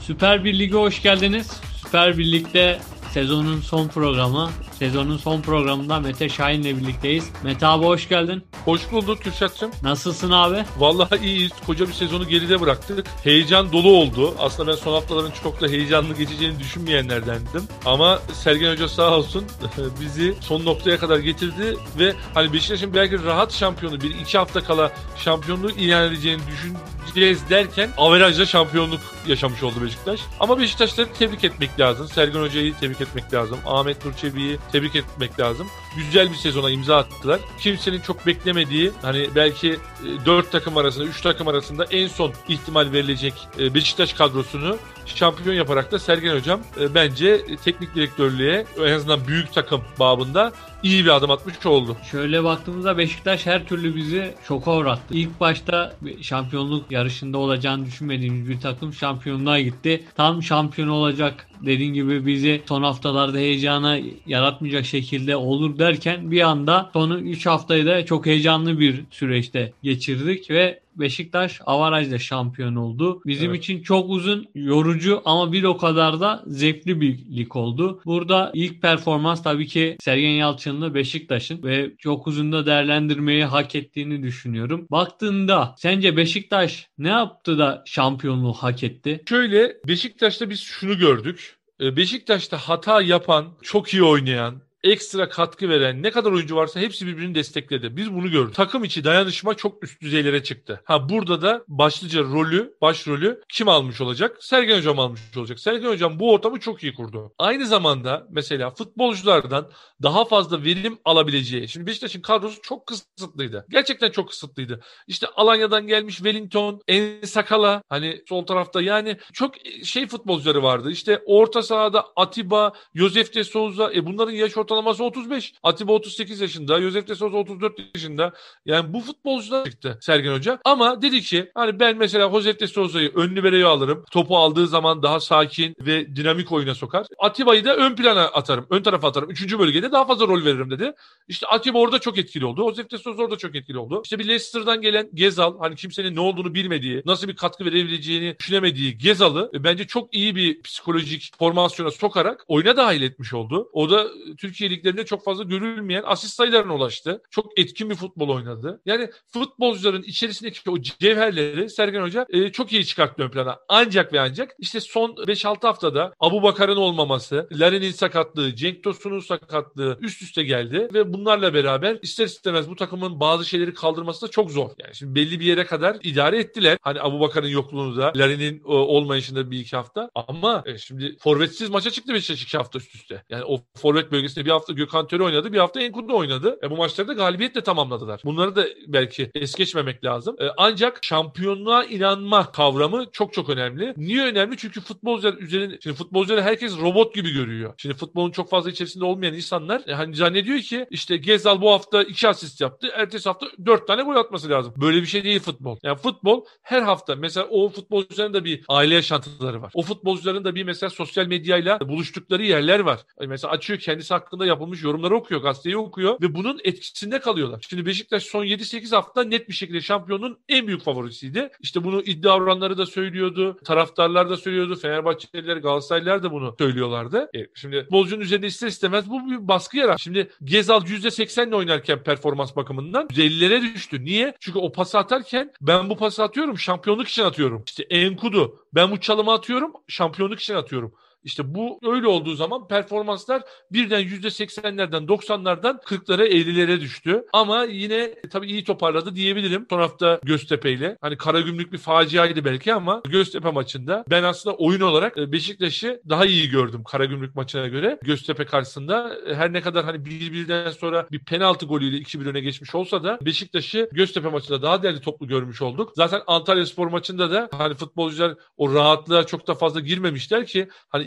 Süper Bir Lig'e hoş geldiniz. Süper Bir Lig'de sezonun son programı. Sezonun son programında Mete Şahin'le birlikteyiz. Mete abi hoş geldin. Hoş bulduk Kürşat'cığım. Nasılsın abi? Vallahi iyiyiz. Koca bir sezonu geride bıraktık. Heyecan dolu oldu. Aslında ben son haftaların çok da heyecanlı geçeceğini düşünmeyenlerdendim. Ama Sergen Hoca sağ olsun bizi son noktaya kadar getirdi ve hani Beşiktaş'ın belki rahat şampiyonu, bir iki hafta kala şampiyonluğu ilan edeceğini düşüneceğiz derken averajla şampiyonluk yaşamış oldu Beşiktaş. Ama Beşiktaşları tebrik etmek lazım. Sergen Hoca'yı tebrik etmek lazım. Ahmet Nur Çebi'yi tebrik etmek lazım. Güzel bir sezona imza attılar. Kimsenin çok beklemediği, hani belki 4 takım arasında, 3 takım arasında en son ihtimal verilecek Beşiktaş kadrosunu şampiyon yaparak da Sergen Hocam bence teknik direktörlüğe en azından büyük takım babında iyi bir adım atmış oldu. Şöyle baktığımızda Beşiktaş her türlü bizi şoka uğrattı. İlk başta şampiyonluk yarışında olacağını düşünmediğimiz bir takım şampiyonluğa gitti. Tam şampiyon olacak dediğin gibi bizi son haftalarda heyecana yaratmayacak şekilde olur derken bir anda sonu 3 haftayı da çok heyecanlı bir süreçte geçirdik ve Beşiktaş avarajla şampiyon oldu. Bizim için çok uzun, yorucu ama bir o kadar da zevkli bir lig oldu. Burada ilk performans tabii ki Sergen Yalçın'la Beşiktaş'ın ve çok uzun da değerlendirmeyi hak ettiğini düşünüyorum. Baktığında sence Beşiktaş ne yaptı da şampiyonluğu hak etti? Şöyle, Beşiktaş'ta biz şunu gördük. Beşiktaş'ta hata yapan, çok iyi oynayan, ekstra katkı veren ne kadar oyuncu varsa hepsi birbirini destekledi. Biz bunu gördük. Takım içi dayanışma çok üst düzeylere çıktı. Burada da başlıca başrolü kim almış olacak? Sergen Hocam almış olacak. Sergen Hocam bu ortamı çok iyi kurdu. Aynı zamanda mesela futbolculardan daha fazla verim alabileceği. Şimdi Beşiktaş'ın kadrosu çok kısıtlıydı. Gerçekten çok kısıtlıydı. İşte Alanya'dan gelmiş Wellington, Ensakala, hani sol tarafta yani çok futbolcuları vardı. İşte orta sahada Atiba, Josef de Souza, bunların yaş ortalaması 35. Atiba 38 yaşında, Josef de Souza 34 yaşında. Yani bu futbolcular çıktı Sergen Hoca. Ama dedi ki hani ben mesela Josef de Souza'yı ön libero'ya alırım. Topu aldığı zaman daha sakin ve dinamik oyuna sokar. Atiba'yı da ön plana atarım. Ön tarafa atarım. 3. bölgede daha fazla rol veririm dedi. İşte Atiba orada çok etkili oldu. Josef de Souza orada çok etkili oldu. İşte bir Leicester'dan gelen Gezal, hani kimsenin ne olduğunu bilmediği, nasıl bir katkı verebileceğini düşünemediği Gezal'ı bence çok iyi bir psikolojik formasyona sokarak oyuna dahil etmiş oldu. O da Türkiye liglerinde çok fazla görülmeyen asist sayılarına ulaştı. Çok etkin bir futbol oynadı. Yani futbolcuların içerisindeki o cevherleri Sergen Hoca çok iyi çıkarttı ön plana. Ancak ve ancak işte son 5-6 haftada Abubakar'ın olmaması, Larin'in sakatlığı, Cenk Tosun'un sakatlığı üst üste geldi ve bunlarla beraber ister istemez bu takımın bazı şeyleri kaldırması da çok zor. Yani şimdi belli bir yere kadar idare ettiler. Hani Abubakar'ın yokluğunu da, Larin'in olmayışında bir iki hafta. Ama şimdi forvetsiz maça çıktı Beşiktaş 2 hafta üst üste. Yani o forvet bölgesinde bir hafta Gökhan Töre oynadı, bir hafta Enkudu oynadı. Bu maçları da galibiyetle tamamladılar. Bunları da belki es geçmemek lazım. Ancak şampiyonluğa inanma kavramı çok çok önemli. Niye önemli? Çünkü futbolcular üzerinde, şimdi futbolcuları herkes robot gibi görüyor. Şimdi futbolun çok fazla içerisinde olmayan insanlar hani zannediyor ki işte Gezal bu hafta 2 asist yaptı. Ertesi hafta 4 tane gol atması lazım. Böyle bir şey değil futbol. Yani futbol her hafta mesela o futbolcuların da bir aile yaşantıları var. O futbolcuların da bir mesela sosyal medyayla buluştukları yerler var. Mesela açıyor kendisi hakkında yapılmış yorumları okuyor, gazeteyi okuyor ve bunun etkisinde kalıyorlar. Şimdi Beşiktaş son 7-8 hafta net bir şekilde şampiyonun en büyük favorisiydi. İşte bunu iddia oranları da söylüyordu, taraftarlar da söylüyordu, Fenerbahçeliler, Galatasaraylılar da bunu söylüyorlardı. Şimdi futbolcunun üzerinde ister istemez bu bir baskı yarar. Şimdi Gezal %80'le oynarken performans bakımından %50'lere düştü. Niye? Çünkü o pası atarken ben bu pası atıyorum, şampiyonluk için atıyorum. İşte Enkudu, ben bu çalımı atıyorum, şampiyonluk için atıyorum. İşte bu öyle olduğu zaman performanslar birden %80'lerden 90'lardan 40'lara 50'lere düştü. Ama yine tabii iyi toparladı diyebilirim. Son hafta Göztepe'yle. Hani Karagümrük bir faciaydı belki ama Göztepe maçında ben aslında oyun olarak Beşiktaş'ı daha iyi gördüm Karagümrük maçına göre. Göztepe karşısında her ne kadar hani 1-1'den sonra bir penaltı golüyle 2-1 öne geçmiş olsa da Beşiktaş'ı Göztepe maçında daha değerli toplu görmüş olduk. Zaten Antalyaspor maçında da hani futbolcular o rahatlığa çok da fazla girmemişler ki hani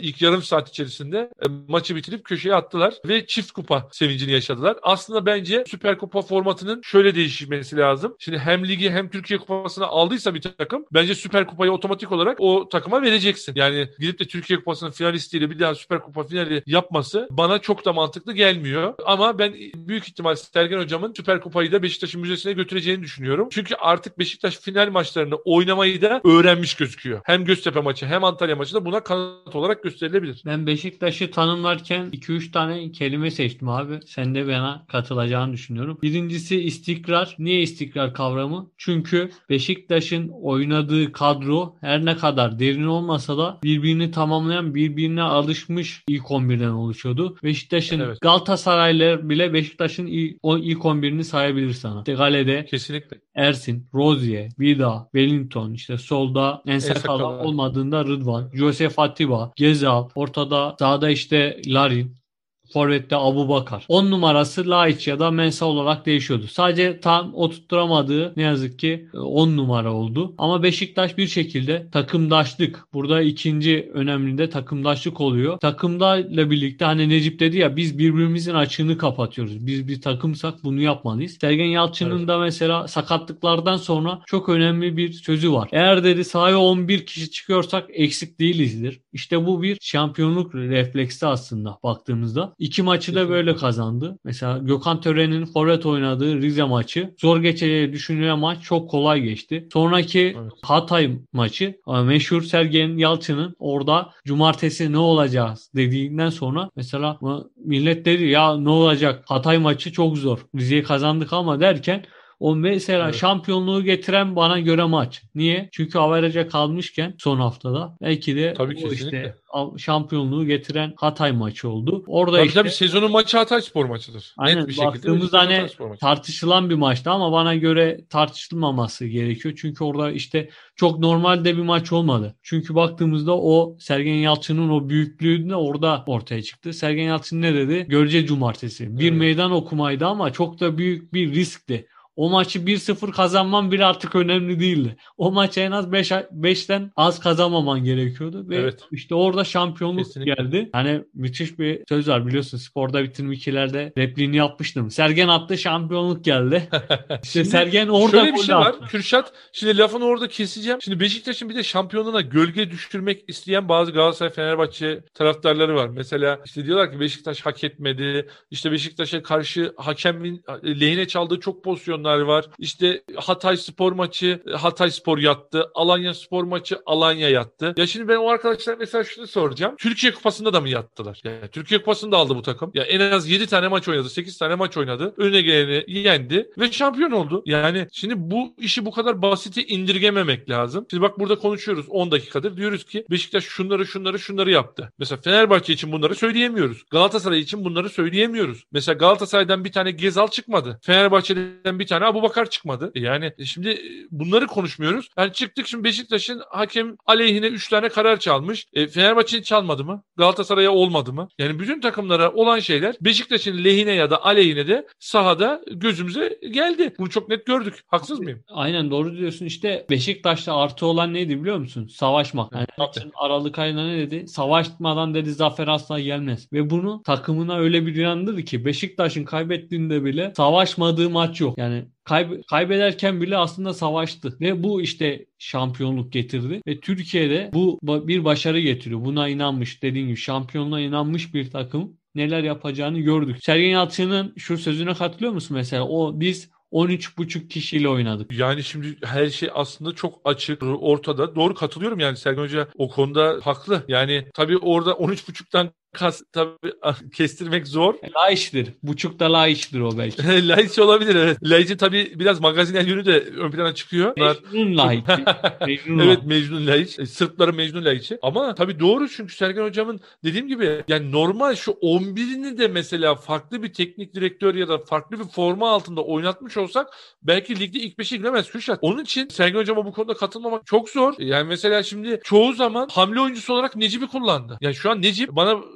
ilk yarım saat içerisinde maçı bitirip köşeye attılar ve çift kupa sevincini yaşadılar. Aslında bence Süper Kupa formatının şöyle değişmesi lazım. Şimdi hem ligi hem Türkiye Kupası'nı aldıysa bir takım, bence Süper Kupayı otomatik olarak o takıma vereceksin. Yani gidip de Türkiye Kupası'nın finalistiyle bir daha Süper Kupa finali yapması bana çok da mantıklı gelmiyor. Ama ben büyük ihtimal Sergen Hocam'ın Süper Kupayı da Beşiktaş'ın müzesine götüreceğini düşünüyorum. Çünkü artık Beşiktaş final maçlarını oynamayı da öğrenmiş gözüküyor. Hem Göztepe maçı hem Antalya maçı da buna kanıt olarak gösterilebilir. Ben Beşiktaş'ı tanımlarken 2-3 tane kelime seçtim abi. Sen de bana katılacağını düşünüyorum. Birincisi istikrar. Niye istikrar kavramı? Çünkü Beşiktaş'ın oynadığı kadro her ne kadar derin olmasa da birbirini tamamlayan, birbirine alışmış ilk 11'den oluşuyordu. Beşiktaş'ın Evet. Galatasaraylılar bile Beşiktaş'ın ilk 11'ini sayabilir sana. İşte Gale'de Kesinlikle. Ersin, Rozier, Vida, Wellington, işte solda Ensakala Ensakala. olmadığında Rıdvan, Josef Atiba, Gezal, ortada sağda işte Larin, forvette Abubakar. 10 numarası Laiç ya da Mensah olarak değişiyordu. Sadece tam oturtturamadığı ne yazık ki 10 numara oldu. Ama Beşiktaş bir şekilde takımdaşlık. Burada ikinci önemli de takımdaşlık oluyor. Takımlarla birlikte hani Necip dedi ya, biz birbirimizin açığını kapatıyoruz. Biz bir takımsak bunu yapmalıyız. Sergen Yalçın'ın da mesela sakatlıklardan sonra çok önemli bir sözü var. Eğer dedi sahaya 11 kişi çıkıyorsak eksik değilizdir. İşte bu bir şampiyonluk refleksi aslında baktığımızda. 2 maçı da böyle kazandı. Mesela Gökhan Tören'in forvet oynadığı Rize maçı zor geçeceği düşünülen maç çok kolay geçti. Sonraki Hatay maçı meşhur Sergen Yalçın'ın orada cumartesi ne olacağız dediğinden sonra mesela millet dedi ya ne olacak, Hatay maçı çok zor. Rize'yi kazandık ama derken o mesela şampiyonluğu getiren bana göre maç. Niye? Çünkü averaja kalmışken son haftada belki de Tabii, o kesinlikle. işte şampiyonluğu getiren Hatay maçı oldu. Orada işte Tabii sezonun maçı Hatayspor maçıdır. aynen Net bir şekilde baktığımızda Beşiktaş hani Hatayspor maçı. tartışılan bir maçtı ama bana göre tartışılmaması gerekiyor. Çünkü orada işte çok normalde bir maç olmadı. Çünkü baktığımızda o Sergen Yalçın'ın o büyüklüğü de orada ortaya çıktı. Sergen Yalçın ne dedi? Görece cumartesi. Bir meydan okumaydı ama çok da büyük bir riskti. O maçı 1-0 kazanman bile artık önemli değildi. O maçı en az 5'ten az kazanmaman gerekiyordu. Ve işte orada şampiyonluk Kesinlikle. geldi. Hani müthiş bir söz var biliyorsun. Sporda Bitirim 2'lerde repliğini yapmıştım. Sergen attı, şampiyonluk geldi. İşte Sergen orada şöyle bir şey gol var. attı. Kürşat, şimdi lafını orada keseceğim. Şimdi Beşiktaş'ın bir de şampiyonluğuna gölge düşürmek isteyen bazı Galatasaray Fenerbahçe taraftarları var. Mesela işte diyorlar ki Beşiktaş hak etmedi. İşte Beşiktaş'a karşı hakemin lehine çaldığı çok pozisyonlar var. İşte Hatay Spor maçı Hatay Spor yattı. Alanya Spor maçı Alanya yattı. Ya şimdi ben o arkadaşlar mesela şunu soracağım. Türkiye Kupası'nda da mı yattılar? Yani Türkiye Kupası'nda aldı bu takım. Ya en az 7 tane maç oynadı. 8 tane maç oynadı. Önüne geleni yendi ve şampiyon oldu. Yani şimdi bu işi bu kadar basiti indirgememek lazım. Şimdi bak burada konuşuyoruz 10 dakikadır. Diyoruz ki Beşiktaş şunları yaptı. Mesela Fenerbahçe için bunları söyleyemiyoruz. Galatasaray için bunları söyleyemiyoruz. Mesela Galatasaray'dan bir tane Gezal çıkmadı. Fenerbahçe'den bir tane Abubakar çıkmadı. Yani şimdi bunları konuşmuyoruz. Yani çıktık şimdi Beşiktaş'ın hakem aleyhine 3 tane karar çalmış. Fenerbahçe'nin çalmadı mı? Galatasaray'a olmadı mı? Yani bütün takımlara olan şeyler Beşiktaş'ın lehine ya da aleyhine de sahada gözümüze geldi. Bunu çok net gördük. Haksız mıyım? Aynen doğru diyorsun. İşte Beşiktaş'ta artı olan neydi biliyor musun? Savaşmak. Yani maçın Aralık ayında ne dedi? Savaşmadan dedi zafer asla gelmez. Ve bunu takımına öyle bir inandırdı ki Beşiktaş'ın kaybettiğinde bile savaşmadığı maç yok. Yani kaybederken bile aslında savaştı. Ve bu işte şampiyonluk getirdi. Ve Türkiye'de bu bir başarı getiriyor. Buna inanmış. Dediğim gibi şampiyonluğa inanmış bir takım neler yapacağını gördük. Sergen Yalçın'ın şu sözüne katılıyor musun mesela? Biz 13,5 kişiyle oynadık. Yani şimdi her şey aslında çok açık, ortada. Doğru, katılıyorum yani Sergen Hoca o konuda haklı. Yani tabii orada 13,5'tan tabii kestirmek zor. Laiç'tir. Buçuk da Laiç'tir o belki. Laiç olabilir, evet. Laiç'in tabii biraz magazinel yönü de ön plana çıkıyor. Mecnun Laiç'i. Evet, Mecnun Laiç. Sırpların Mecnun Laiç'i. Ama tabii doğru, çünkü Sergen Hocam'ın dediğim gibi yani normal şu 11'ini de mesela farklı bir teknik direktör ya da farklı bir forma altında oynatmış olsak belki ligde ilk 5'e giremez Kürşat. Onun için Sergen Hocam'a bu konuda katılmamak çok zor. Yani mesela şimdi çoğu zaman hamle oyuncusu olarak Necip'i kullandı. Yani şu an Necip bana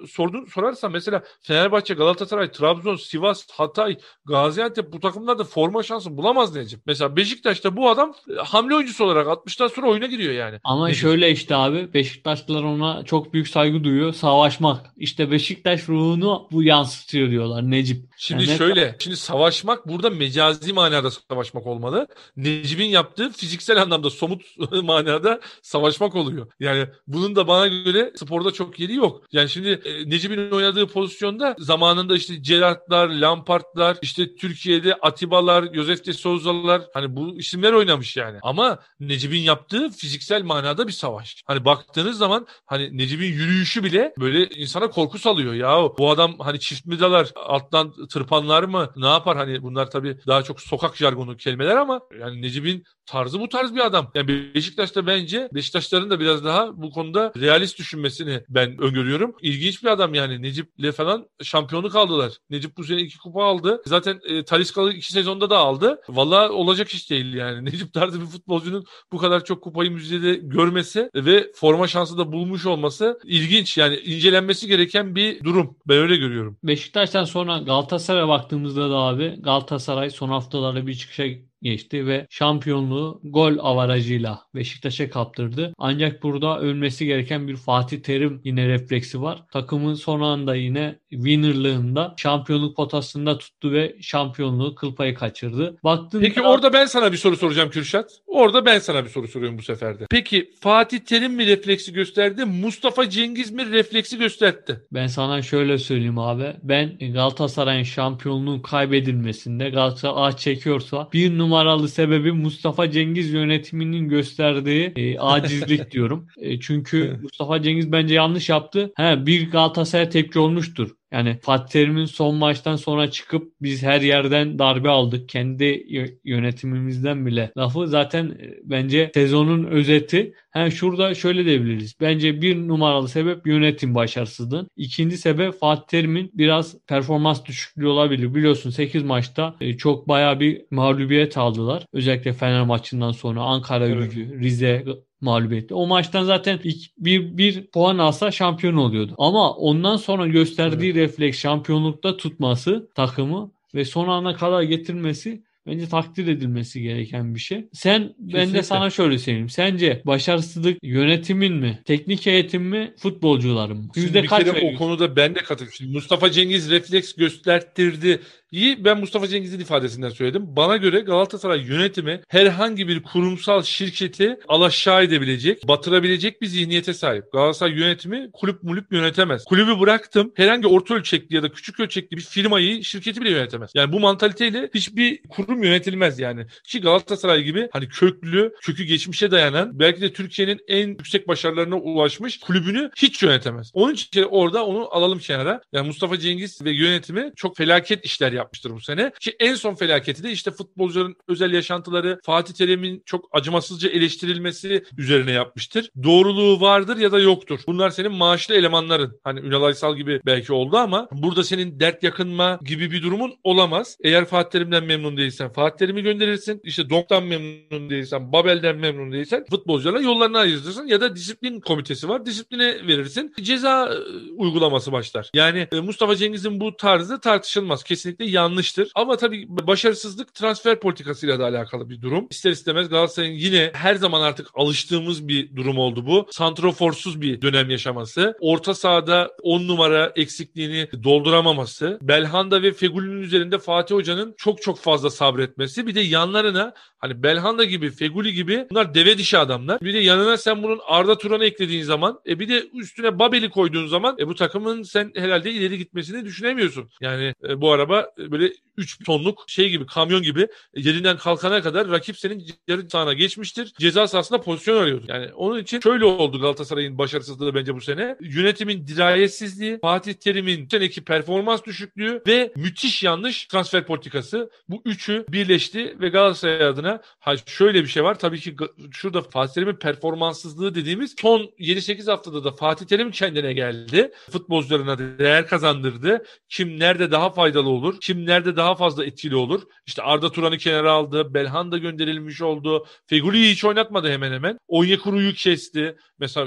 sorarsan mesela Fenerbahçe, Galatasaray, Trabzon, Sivas, Hatay, Gaziantep bu takımlarda forma şansı bulamaz Necip. Mesela Beşiktaş'ta bu adam hamle oyuncusu olarak 60'tan sonra oyuna giriyor yani. Ama Necip. şöyle işte abi, Beşiktaşlılar ona çok büyük saygı duyuyor. Savaşmak. İşte Beşiktaş ruhunu bu yansıtıyor diyorlar Necip. Şimdi Yani şimdi savaşmak burada mecazi manada savaşmak olmalı. Necip'in yaptığı fiziksel anlamda somut manada savaşmak oluyor. Yani bunun da bana göre sporda çok yeri yok. Yani şimdi Necip'in oynadığı pozisyonda zamanında işte Gerrard'lar, Lampard'lar, işte Türkiye'de Atiba'lar, Josef de Souza'lar, hani bu isimler oynamış yani. Ama Necip'in yaptığı fiziksel manada bir savaş. Hani baktığınız zaman hani Necip'in yürüyüşü bile böyle insana korku salıyor. Ya bu adam hani çift mi dalar, alttan tırpanlar mı, ne yapar, hani bunlar tabii daha çok sokak jargonu kelimeler ama yani Necip'in tarzı bu tarz bir adam. Yani Beşiktaş'ta bence Beşiktaşların da biraz daha bu konuda realist düşünmesini ben öngörüyorum. İlginç bir adam yani. Necip'le falan şampiyonluk aldılar. Necip bu sene 2 kupa aldı. Zaten Talisca'lı 2 sezonda da aldı. Vallahi olacak iş değil yani. Necip tarzı bir futbolcunun bu kadar çok kupayı müjdede görmesi ve forma şansı da bulmuş olması ilginç. Yani incelenmesi gereken bir durum. Ben öyle görüyorum. Beşiktaş'tan sonra Galatasaray'a baktığımızda da abi, Galatasaray son haftalarda bir çıkışa geçti ve şampiyonluğu gol avarajıyla Beşiktaş'a kaptırdı. Ancak burada ölmesi gereken bir Fatih Terim yine refleksi var. Takımın son anda yine winnerlığında şampiyonluk potasında tuttu ve şampiyonluğu kıl payı kaçırdı. Peki orada ben sana bir soru soracağım Kürşat. Orada ben sana bir soru soruyorum bu sefer de. Peki Fatih Terim mi refleksi gösterdi, Mustafa Cengiz mi refleksi gösterdi? Ben sana şöyle söyleyeyim abi. Ben Galatasaray'ın şampiyonluğun kaybedilmesinde Galatasaray ağ çekiyorsa bir numaralı sebebi Mustafa Cengiz yönetiminin gösterdiği acizlik diyorum. Çünkü Mustafa Cengiz bence yanlış yaptı. Bir Galatasaray'a tepki olmuştur. Yani Fatih Terim'in son maçtan sonra çıkıp biz her yerden darbe aldık. Kendi yönetimimizden bile lafı zaten bence sezonun özeti. Şurada şöyle diyebiliriz. Bence bir numaralı sebep yönetim başarısızlığı. İkinci sebep Fatih Terim'in biraz performans düşüklüğü olabilir. Biliyorsun 8 maçta çok bayağı bir mağlubiyet aldılar. Özellikle Fener maçından sonra Ankara Evet. Gücü, Rize mağlubiyeti. O maçtan zaten bir puan alsa şampiyon oluyordu. Ama ondan sonra gösterdiği refleks, şampiyonlukta tutması takımı ve son ana kadar getirmesi bence takdir edilmesi gereken bir şey. Ben de Kesinlikle. sana şöyle söyleyeyim. Sence başarısızlık yönetimin mi, teknik heyetin mi, futbolcuların mı? Şimdi Yüzde bir kaç kere o veriyorsun? konuda ben de katılıyorum. Şimdi Mustafa Cengiz refleks göstertirdi. Ben Mustafa Cengiz'in ifadesinden söyledim. Bana göre Galatasaray yönetimi herhangi bir kurumsal şirketi alaşağı edebilecek, batırabilecek bir zihniyete sahip. Galatasaray yönetimi kulüp mulüp yönetemez. Kulübü bıraktım. Herhangi orta ölçekli ya da küçük ölçekli bir firmayı, şirketi bile yönetemez. Yani bu mantaliteyle hiçbir kurum yönetilmez yani. Ki Galatasaray gibi hani kökü geçmişe dayanan, belki de Türkiye'nin en yüksek başarılarına ulaşmış kulübünü hiç yönetemez. Onun için orada onu alalım kenara. Yani Mustafa Cengiz ve yönetimi çok felaket işler yapmıştır bu sene. Ki en son felaketi de işte futbolcuların özel yaşantıları, Fatih Terim'in çok acımasızca eleştirilmesi üzerine yapmıştır. Doğruluğu vardır ya da yoktur. Bunlar senin maaşlı elemanların. Hani Ünal Aysal gibi belki oldu ama burada senin dert yakınma gibi bir durumun olamaz. Eğer Fatih Terim'den memnun değilsen Fatih Terim'i gönderirsin. İşte Donk'tan memnun değilsen, Babel'den memnun değilsen futbolcularla yollarını ayırırsın ya da disiplin komitesi var. Disipline verirsin. Ceza uygulaması başlar. Yani Mustafa Cengiz'in bu tarzı tartışılmaz. Kesinlikle yanlıştır. Ama tabii başarısızlık transfer politikasıyla da alakalı bir durum. İster istemez Galatasaray'ın yine her zaman artık alıştığımız bir durum oldu bu. Santroforsuz bir dönem yaşaması. Orta sahada 10 numara eksikliğini dolduramaması. Belhanda ve Fegüli'nin üzerinde Fatih Hoca'nın çok fazla sabretmesi. Bir de yanlarına hani Belhanda gibi, Fegüli gibi bunlar deve dişi adamlar. Bir de yanına sen bunun Arda Turan'ı eklediğin zaman bir de üstüne Babel'i koyduğun zaman bu takımın sen herhalde ileri gitmesini düşünemiyorsun. Yani bu araba böyle 3 tonluk şey gibi, kamyon gibi yerinden kalkana kadar rakip senin yarı sahana geçmiştir. Ceza sahasında pozisyon arıyordu. Yani onun için şöyle oldu Galatasaray'ın başarısızlığı bence bu sene. Yönetimin dirayetsizliği, Fatih Terim'in bu seneki performans düşüklüğü ve müthiş yanlış transfer politikası. Bu üçü birleşti ve Galatasaray adına şöyle bir şey var. Tabii ki şurada Fatih Terim'in performanssızlığı dediğimiz son 7-8 haftada da Fatih Terim kendine geldi. Futbolcularına değer kazandırdı. Kim nerede daha faydalı olur? Kim nerede daha fazla etkili olur? İşte Arda Turan'ı kenara aldı. Belhanda gönderilmiş oldu. Fegüli'yi hiç oynatmadı hemen hemen. Onyekuru'yu kesti. Mesela çok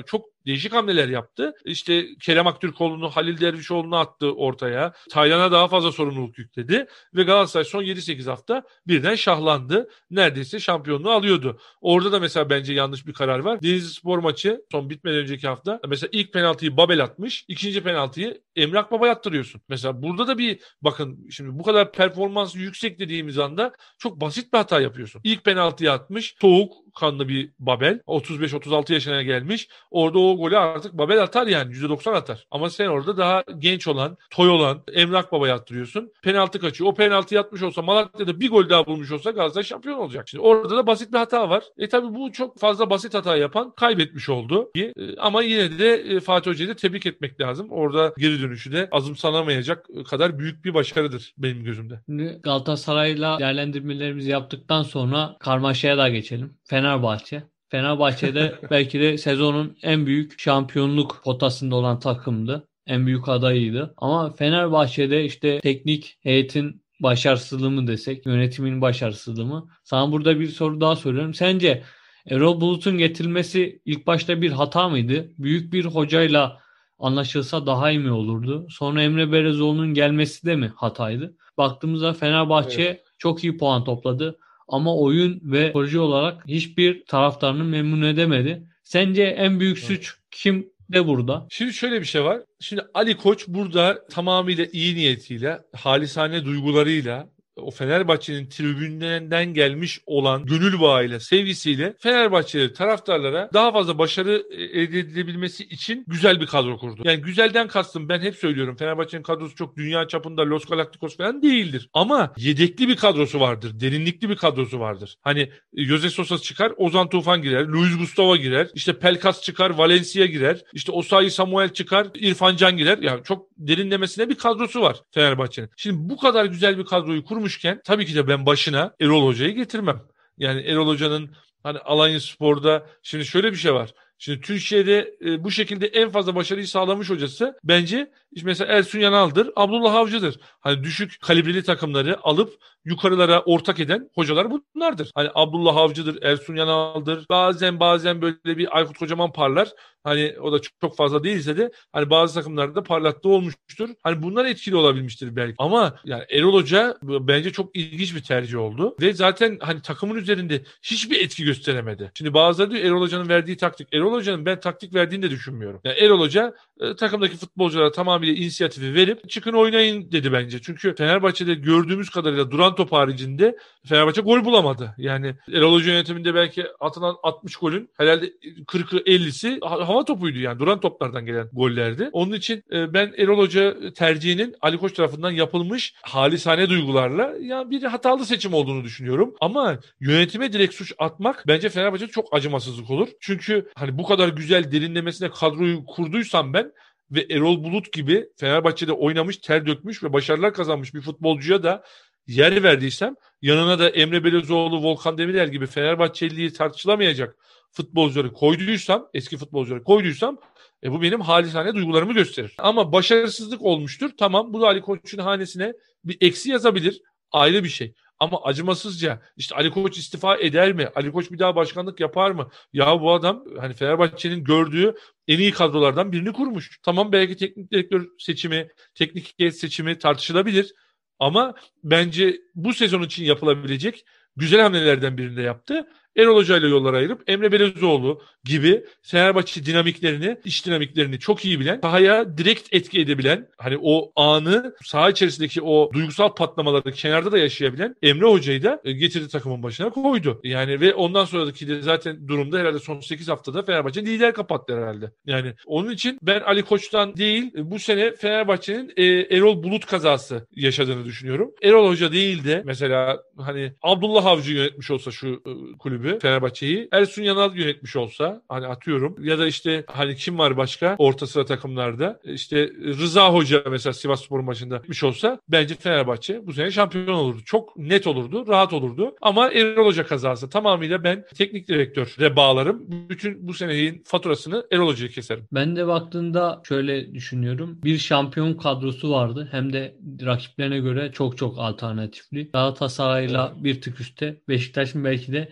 değişik hamleler yaptı. İşte Kerem Aktürkoğlu'nu, Halil Dervişoğlu'nu attı ortaya. Taylan'a daha fazla sorumluluk yükledi ve Galatasaray son 7-8 hafta birden şahlandı. Neredeyse şampiyonluğu alıyordu. Orada da mesela bence yanlış bir karar var. Denizlispor maçı son bitmeden önceki hafta mesela ilk penaltıyı Babel atmış, ikinci penaltıyı Emre Akbaba attırıyorsun. Mesela burada da bir bakın, şimdi bu kadar performansı yüksek dediğimiz anda çok basit bir hata yapıyorsun. İlk penaltıyı atmış, soğuk kanlı bir Babel. 35-36 yaşına gelmiş. Orada o golü artık Babel atar yani. %90 atar. Ama sen orada daha genç olan, toy olan Emre Akbaba'ya attırıyorsun. Penaltı kaçıyor. O penaltıyı atmış olsa, Malatya'da bir gol daha bulmuş olsa Galatasaray şampiyon olacak. Şimdi orada da basit bir hata var. Tabii bu çok fazla basit hata yapan kaybetmiş oldu. Ama yine de Fatih Hoca'yı da tebrik etmek lazım. Orada geri dönüşü de azımsanamayacak kadar büyük bir başarıdır benim gözümde. Şimdi Galatasaray'la değerlendirmelerimizi yaptıktan sonra karmaşaya da geçelim. Fenerbahçe. Fenerbahçe'de belki de sezonun en büyük şampiyonluk potasında olan takımdı. En büyük adayıydı. Ama Fenerbahçe'de işte teknik heyetin başarısızlığı mı desek, yönetimin başarısızlığı mı? Sana burada bir soru daha soruyorum. Sence Erol Bulut'un getirilmesi ilk başta bir hata mıydı? Büyük bir hocayla anlaşılsa daha iyi mi olurdu? Sonra Emre Belezoğlu'nun gelmesi de mi hataydı? Baktığımızda Fenerbahçe Evet. çok iyi puan topladı. Ama oyun ve proje olarak hiçbir taraftarını memnun edemedi. Sence en büyük suç kim de burada? Şimdi şöyle bir şey var. Şimdi Ali Koç burada tamamıyla iyi niyetiyle, halisane duygularıyla, o Fenerbahçe'nin tribünlerinden gelmiş olan gönül bağıyla, sevgisiyle Fenerbahçeli taraftarlara daha fazla başarı elde edilebilmesi için güzel bir kadro kurdu. Yani güzelden kastım, ben hep söylüyorum, Fenerbahçe'nin kadrosu çok dünya çapında Los Galacticos falan değildir. Ama yedekli bir kadrosu vardır. Derinlikli bir kadrosu vardır. Hani Jose Sosa çıkar, Ozan Tufan girer, Luis Gustavo girer, işte Pelkas çıkar, Valencia girer, işte Osayi Samuel çıkar, İrfan Can girer. Yani çok derinlemesine bir kadrosu var Fenerbahçe'nin. Şimdi bu kadar güzel bir kadroyu kurmuşken tabii ki de ben başına Erol Hoca'yı getirmem. Yani Erol Hoca'nın hani Alanyaspor'da şimdi şöyle bir şey var. Şimdi Türkiye'de bu şekilde en fazla başarıyı sağlamış hocası bence işte mesela Ersun Yanal'dır, Abdullah Avcı'dır. Hani düşük kalibreli takımları alıp yukarılara ortak eden hocalar bunlardır. Hani Abdullah Avcı'dır, Ersun Yanal'dır. Bazen böyle bir Aykut Kocaman parlar. Hani o da çok fazla değilse de hani bazı takımlarda parlattığı olmuştur. Hani bunlar etkili olabilmiştir belki. Ama yani Erol Hoca bence çok ilginç bir tercih oldu. Ve zaten hani takımın üzerinde hiçbir etki gösteremedi. Şimdi bazıları diyor Erol Hoca'nın verdiği taktik. Erol Hoca'nın ben taktik verdiğini de düşünmüyorum. Yani Erol Hoca takımdaki futbolculara tamamıyla inisiyatifi verip çıkın oynayın dedi bence. Çünkü Fenerbahçe'de gördüğümüz kadarıyla duran top haricinde Fenerbahçe gol bulamadı. Yani Erol Hoca yönetiminde belki atılan 60 golün herhalde 40'ı 50'si hava topuydu, yani duran toplardan gelen gollerdi. Onun için ben Erol Hoca tercihinin Ali Koç tarafından yapılmış halisane duygularla yani bir hatalı seçim olduğunu düşünüyorum. Ama yönetime direkt suç atmak bence Fenerbahçe'de çok acımasızlık olur. Çünkü hani bu kadar güzel derinlemesine kadroyu kurduysam ben ve Erol Bulut gibi Fenerbahçe'de oynamış, ter dökmüş ve başarılar kazanmış bir futbolcuya da yer verdiysem, yanına da Emre Belözoğlu, Volkan Demirel gibi Fenerbahçeliliği tartışılamayacak futbolcuları koyduysam, eski futbolcuları koyduysam bu benim halisane duygularımı gösterir. Ama başarısızlık olmuştur. Tamam, bu da Ali Koç'un hanesine bir eksi yazabilir. Ayrı bir şey. Ama acımasızca işte Ali Koç istifa eder mi? Ali Koç bir daha başkanlık yapar mı? Ya bu adam hani Fenerbahçe'nin gördüğü en iyi kadrolardan birini kurmuş. Tamam, belki teknik direktör seçimi, teknik heyet seçimi tartışılabilir. Ama bence bu sezon için yapılabilecek güzel hamlelerden birini de yaptı. Erol Hoca ile yollar ayırıp Emre Belözoğlu gibi Fenerbahçe dinamiklerini, iş dinamiklerini çok iyi bilen, sahaya direkt etki edebilen, hani o anı, saha içerisindeki o duygusal patlamaları kenarda da yaşayabilen Emre Hoca'yı da getirdi takımın başına koydu. Yani ve ondan sonraki de zaten durumda herhalde son 8 haftada Fenerbahçe lider kapattı herhalde. Yani onun için ben Ali Koç'tan değil, bu sene Fenerbahçe'nin Erol Bulut kazası yaşadığını düşünüyorum. Erol Hoca değil de mesela hani Abdullah Avcı yönetmiş olsa şu kulübü, Fenerbahçe'yi, Ersun Yanal yönetmiş olsa, hani atıyorum, ya da işte hani kim var başka orta sıra takımlarda, işte Rıza Hoca mesela Sivasspor maçında gitmiş olsa bence Fenerbahçe bu sene şampiyon olurdu. Çok net olurdu, rahat olurdu. Ama Erol Hoca kazası tamamıyla ben teknik direktöre bağlarım. Bütün bu senenin faturasını Erol Hoca'ya keserim. Ben de baktığında şöyle düşünüyorum. Bir şampiyon kadrosu vardı. Hem de rakiplerine göre çok çok alternatifli. Galatasaray'la bir tık üstte. Beşiktaş'ın belki de iki tık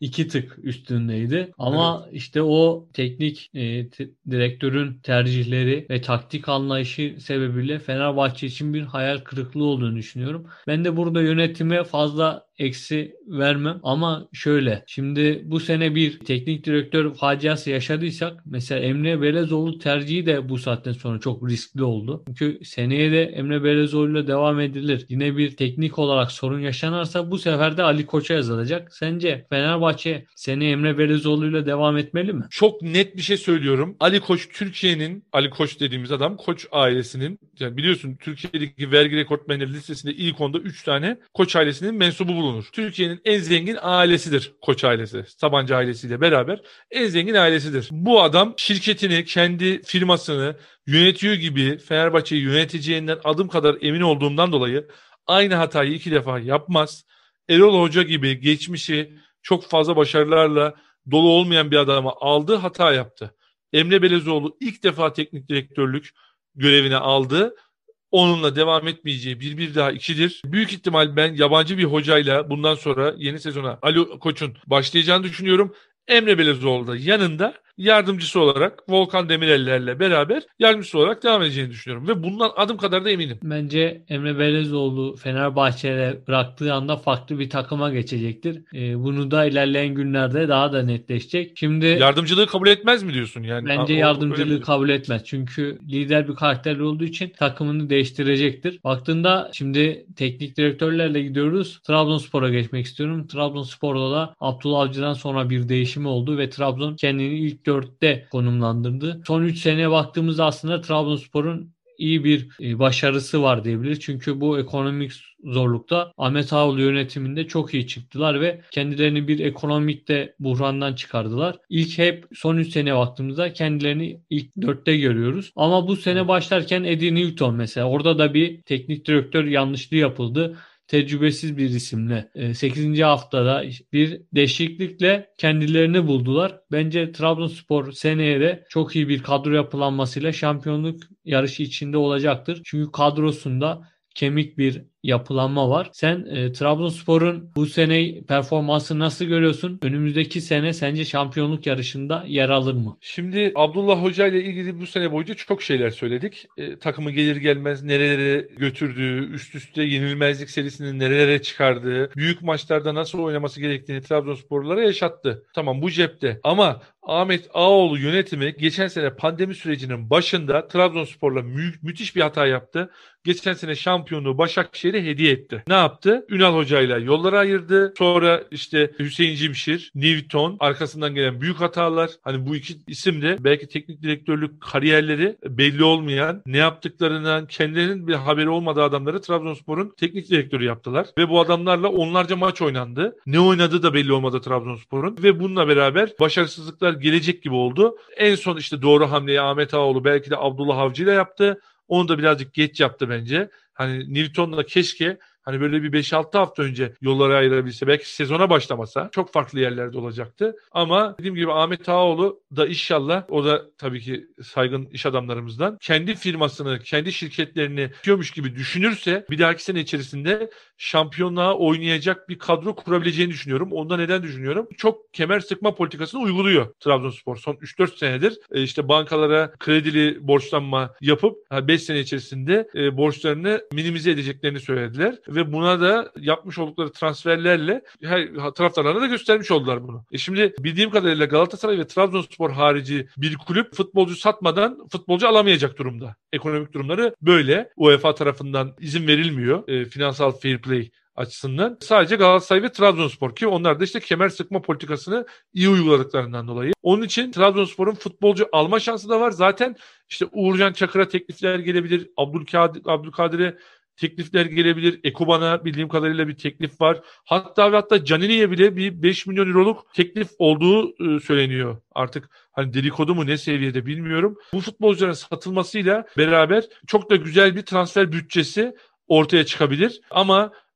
tık üstündeydi. Ama işte o teknik direktörün tercihleri ve taktik anlayışı sebebiyle Fenerbahçe için bir hayal kırıklığı olduğunu düşünüyorum. Ben de burada yönetime fazla eksi vermem ama şöyle, şimdi bu sene bir teknik direktör faciası yaşadıysak mesela Emre Belezoğlu tercihi de bu saatten sonra çok riskli oldu. Çünkü seneye de Emre Belezoğlu'yla devam edilir. Yine bir teknik olarak sorun yaşanırsa bu sefer de Ali Koç'a yazılacak. Sence Fenerbahçe seneye Emre Belezoğlu'yla devam etmeli mi? Çok net bir şey söylüyorum. Ali Koç Türkiye'nin, Ali Koç dediğimiz adam Koç ailesinin, yani biliyorsun Türkiye'deki vergi rekortmenleri listesinde ilk onda 3 tane Koç ailesinin mensubu bulunur. Türkiye'nin en zengin ailesidir Koç ailesi. Sabancı ailesiyle beraber en zengin ailesidir. Bu adam şirketini, kendi firmasını yönetiyor gibi Fenerbahçe'yi yöneteceğinden adım kadar emin olduğumdan dolayı aynı hatayı 2 defa yapmaz. Erol Hoca gibi geçmişi çok fazla başarılarla dolu olmayan bir adama aldı, hata yaptı. Emre Belezoğlu ilk defa teknik direktörlük görevine aldı. Onunla devam etmeyeceği bir daha ikidir. Büyük ihtimal ben yabancı bir hocayla bundan sonra yeni sezona Ali Koç'un başlayacağını düşünüyorum. Emre Belezoğlu da yanında yardımcısı olarak Volkan Demirel'lerle beraber yardımcısı olarak devam edeceğini düşünüyorum. Ve bundan adım kadar da eminim. Bence Emre Belezoğlu Fenerbahçe'ye bıraktığı anda farklı bir takıma geçecektir. Bunu da ilerleyen günlerde daha da netleşecek. Şimdi Yardımcılığı kabul etmez mi diyorsun? Yani bence öyle yardımcılığı mi? kabul etmez. Çünkü lider bir karakter olduğu için takımını değiştirecektir. Baktığında şimdi teknik direktörlerle gidiyoruz. Trabzonspor'a geçmek istiyorum. Trabzonspor'da da Abdullah Avcı'dan sonra bir değişimi oldu ve Trabzon kendini ilk dörtte konumlandırdı. Son 3 seneye baktığımızda aslında Trabzonspor'un iyi bir başarısı var diyebiliriz. Çünkü bu ekonomik zorlukta Ahmet Ağaoğlu yönetiminde çok iyi çıktılar ve kendilerini bir ekonomik de buhrandan çıkardılar. İlk hep son 3 sene baktığımızda kendilerini ilk 4'te görüyoruz. Ama bu sene başlarken Eddie Newton mesela orada da bir teknik direktör yanlışlığı yapıldı. Tecrübesiz bir isimle 8. haftada bir değişiklikle kendilerini buldular. Bence Trabzonspor seneye de çok iyi bir kadro yapılanmasıyla şampiyonluk yarışı içinde olacaktır. Çünkü kadrosunda kemik bir yapılanma var. Sen Trabzonspor'un bu sene performansını nasıl görüyorsun? Önümüzdeki sene sence şampiyonluk yarışında yer alır mı? Şimdi Abdullah Hoca ile ilgili bu sene boyunca çok şeyler söyledik. Takımı gelir gelmez nerelere götürdüğü, üst üste yenilmezlik serisini nerelere çıkardığı, büyük maçlarda nasıl oynaması gerektiğini Trabzonsporlulara yaşattı. Tamam, bu cepte. Ama Ahmet Ağaoğlu yönetimi geçen sene pandemi sürecinin başında Trabzonspor'la müthiş bir hata yaptı. Geçen sene şampiyonluğu Başakşehir'e hediye etti. Ne yaptı? Ünal Hoca'yla yolları ayırdı. Sonra işte Hüseyin Cimşir, Newton, arkasından gelen büyük hatalar. Hani bu iki isim de belki teknik direktörlük kariyerleri belli olmayan, ne yaptıklarından kendilerinin bir haberi olmadığı adamları Trabzonspor'un teknik direktörü yaptılar. Ve bu adamlarla onlarca maç oynandı. Ne oynadığı da belli olmadı Trabzonspor'un. Ve bununla beraber başarısızlıklar gelecek gibi oldu. En son işte doğru hamleyi Ahmet Ağaoğlu belki de Abdullah Avcı ile yaptı. Onu da birazcık geç yaptı bence. Hani Newton'la keşke hani böyle bir 5-6 hafta önce yolları ayırabilse, belki sezona başlamasa çok farklı yerlerde olacaktı. Ama dediğim gibi Ahmet Ağaoğlu da inşallah, o da tabii ki saygın iş adamlarımızdan, kendi firmasını, kendi şirketlerini yapıyormuş gibi düşünürse bir dahaki sene içerisinde şampiyonluğa oynayacak bir kadro kurabileceğini düşünüyorum. Ondan neden düşünüyorum? Çok kemer sıkma politikasını uyguluyor Trabzonspor son 3-4 senedir. İşte bankalara kredili borçlanma yapıp 5 sene içerisinde borçlarını minimize edeceklerini söylediler. Ve buna da yapmış oldukları transferlerle taraftarlarına da göstermiş oldular bunu. Şimdi bildiğim kadarıyla Galatasaray ve Trabzonspor harici bir kulüp futbolcu satmadan futbolcu alamayacak durumda. Ekonomik durumları böyle. UEFA tarafından izin verilmiyor. Finansal fair play açısından. Sadece Galatasaray ve Trabzonspor, ki onlar da işte kemer sıkma politikasını iyi uyguladıklarından dolayı. Onun için Trabzonspor'un futbolcu alma şansı da var. Zaten işte Uğurcan Çakır'a teklifler gelebilir. Abdülkadir'e teklifler gelebilir. Ekuban'a bildiğim kadarıyla bir teklif var. Hatta Canini'ye bile bir 5 milyon euroluk teklif olduğu söyleniyor. Artık hani dedikodu mu ne seviyede bilmiyorum. Bu futbolcuların satılmasıyla beraber çok da güzel bir transfer bütçesi ortaya çıkabilir. Ama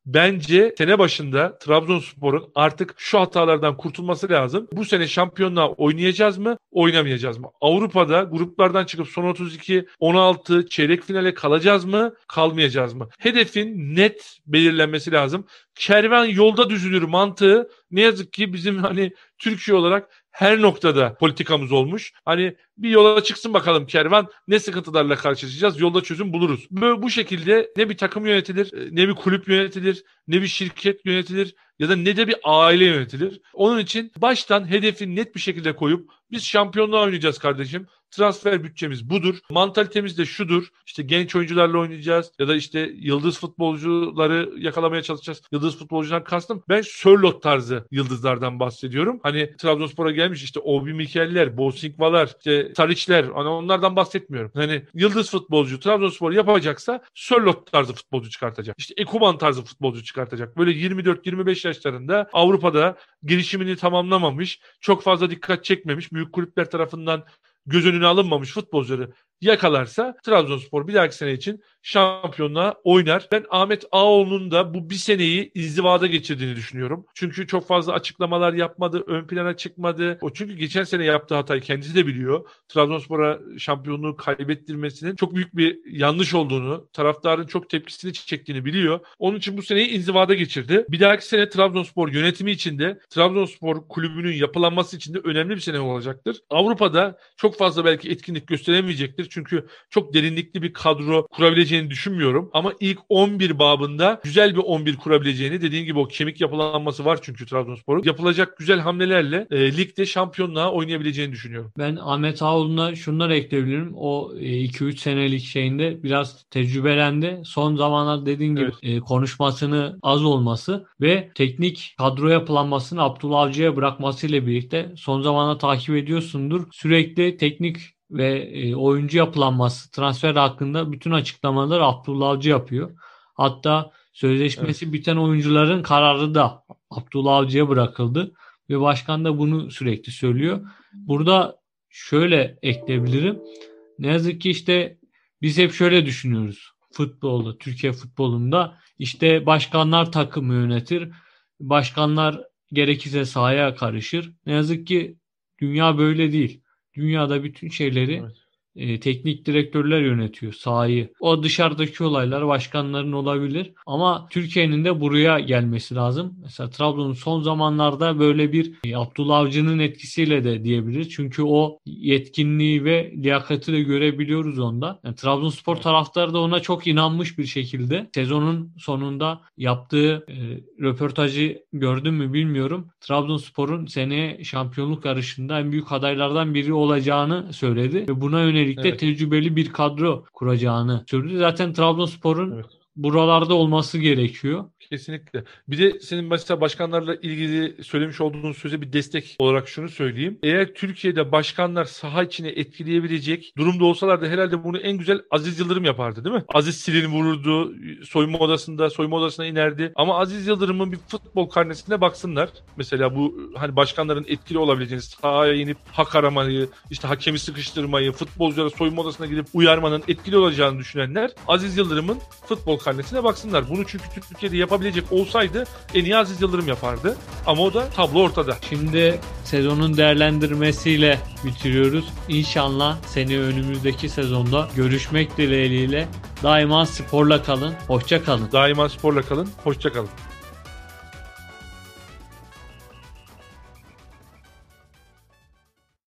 bence sene başında Trabzonspor'un artık şu hatalardan kurtulması lazım. Bu sene şampiyonluğa oynayacağız mı? Oynamayacağız mı? Avrupa'da gruplardan çıkıp son 32, 16 çeyrek finale kalacağız mı? Kalmayacağız mı? Hedefin net belirlenmesi lazım. Kervan yolda düzülür mantığı ne yazık ki bizim hani Türkiye olarak her noktada politikamız olmuş. Hani bir yola çıksın bakalım kervan, ne sıkıntılarla karşılaşacağız, yolda çözüm buluruz. Böyle bu şekilde ne bir takım yönetilir, ne bir kulüp yönetilir, ne bir şirket yönetilir ya da ne de bir aile yönetilir. Onun için baştan hedefi net bir şekilde koyup biz şampiyonluğa oynayacağız kardeşim. Transfer bütçemiz budur. Mantalitemiz de şudur. İşte genç oyuncularla oynayacağız ya da işte yıldız futbolcuları yakalamaya çalışacağız. Yıldız futbolcudan kastım ben Sörloth tarzı yıldızlardan bahsediyorum. Hani Trabzonspor'a gelmiş işte Obi Mikel'ler, Bosingvalar, işte Tariçler, hani onlardan bahsetmiyorum. Hani yıldız futbolcu Trabzonspor yapacaksa Sörloth tarzı futbolcu çıkartacak. İşte Ekuban tarzı futbolcu çıkartacak. Böyle 24-25 yaşlarında Avrupa'da gelişimini tamamlamamış, çok fazla dikkat çekmemiş, büyük kulüpler tarafından göz önüne alınmamış futbolcuları yakalarsa Trabzonspor bir dahaki sene için şampiyonluğa oynar. Ben Ahmet Ağaoğlu'nun da bu bir seneyi inzivada geçirdiğini düşünüyorum. Çünkü çok fazla açıklamalar yapmadı, ön plana çıkmadı. O çünkü geçen sene yaptığı hatayı kendisi de biliyor. Trabzonspor'a şampiyonluğu kaybettirmesinin çok büyük bir yanlış olduğunu, taraftarın çok tepkisini çektiğini biliyor. Onun için bu seneyi inzivada geçirdi. Bir dahaki sene Trabzonspor yönetimi için de Trabzonspor kulübünün yapılanması için de önemli bir sene olacaktır. Avrupa'da çok fazla belki etkinlik gösteremeyecektir. Çünkü çok derinlikli bir kadro kurabileceğini düşünmüyorum. Ama ilk 11 babında güzel bir 11 kurabileceğini, dediğin gibi o kemik yapılanması var çünkü Trabzonspor'un. Yapılacak güzel hamlelerle ligde şampiyonluğa oynayabileceğini düşünüyorum. Ben Ahmet Ağaoğlu'na şunları ekleyebilirim. O 2-3 senelik şeyinde biraz tecrübelendi. Son zamanlar dediğin gibi konuşmasını az olması ve teknik kadro yapılanmasını Abdullah Avcı'ya bırakmasıyla birlikte son zamanlarda takip ediyorsundur. Sürekli teknik ve oyuncu yapılanması, transfer hakkında bütün açıklamaları Abdullah Avcı yapıyor. Hatta sözleşmesi biten oyuncuların kararı da Abdullah Avcı'ya bırakıldı ve başkan da bunu sürekli söylüyor. Burada şöyle ekleyebilirim. Ne yazık ki işte biz hep şöyle düşünüyoruz. Futbolda, Türkiye futbolunda işte başkanlar takımı yönetir. Başkanlar gerekirse sahaya karışır. Ne yazık ki dünya böyle değil. Dünyada bütün şeyleri teknik direktörler yönetiyor sahayı. O dışarıdaki olaylar başkanların olabilir. Ama Türkiye'nin de buraya gelmesi lazım. Mesela Trabzon'un son zamanlarda böyle bir Abdullah Avcı'nın etkisiyle de diyebiliriz. Çünkü o yetkinliği ve liyakati de görebiliyoruz onda. Yani Trabzonspor taraftarı da ona çok inanmış bir şekilde. Sezonun sonunda yaptığı röportajı gördün mü bilmiyorum. Trabzonspor'un seneye şampiyonluk yarışında en büyük adaylardan biri olacağını söyledi ve buna yönelik de tecrübeli bir kadro kuracağını söyledi. Zaten Trabzonspor'un buralarda olması gerekiyor. Kesinlikle. Bir de senin mesela başkanlarla ilgili söylemiş olduğun söze bir destek olarak şunu söyleyeyim. Eğer Türkiye'de başkanlar saha içine etkileyebilecek durumda olsalardı herhalde bunu en güzel Aziz Yıldırım yapardı değil mi? Aziz silini vururdu, soyunma odasına inerdi. Ama Aziz Yıldırım'ın bir futbol karnesine baksınlar. Mesela bu hani başkanların etkili olabileceğini, sahaya inip hak aramayı, işte hakemi sıkıştırmayı, futbolculara soyunma odasına gidip uyarmanın etkili olacağını düşünenler Aziz Yıldırım'ın futbol karnesine baksınlar. Bunu çünkü Türkiye'de yapabilecek olsaydı en iyi Aziz Yıldırım yapardı. Ama o da tablo ortada. Şimdi sezonun değerlendirmesiyle bitiriyoruz. İnşallah seni önümüzdeki sezonda görüşmek dileğiyle. Daima sporla kalın. Hoşça kalın. Daima sporla kalın. Hoşça kalın.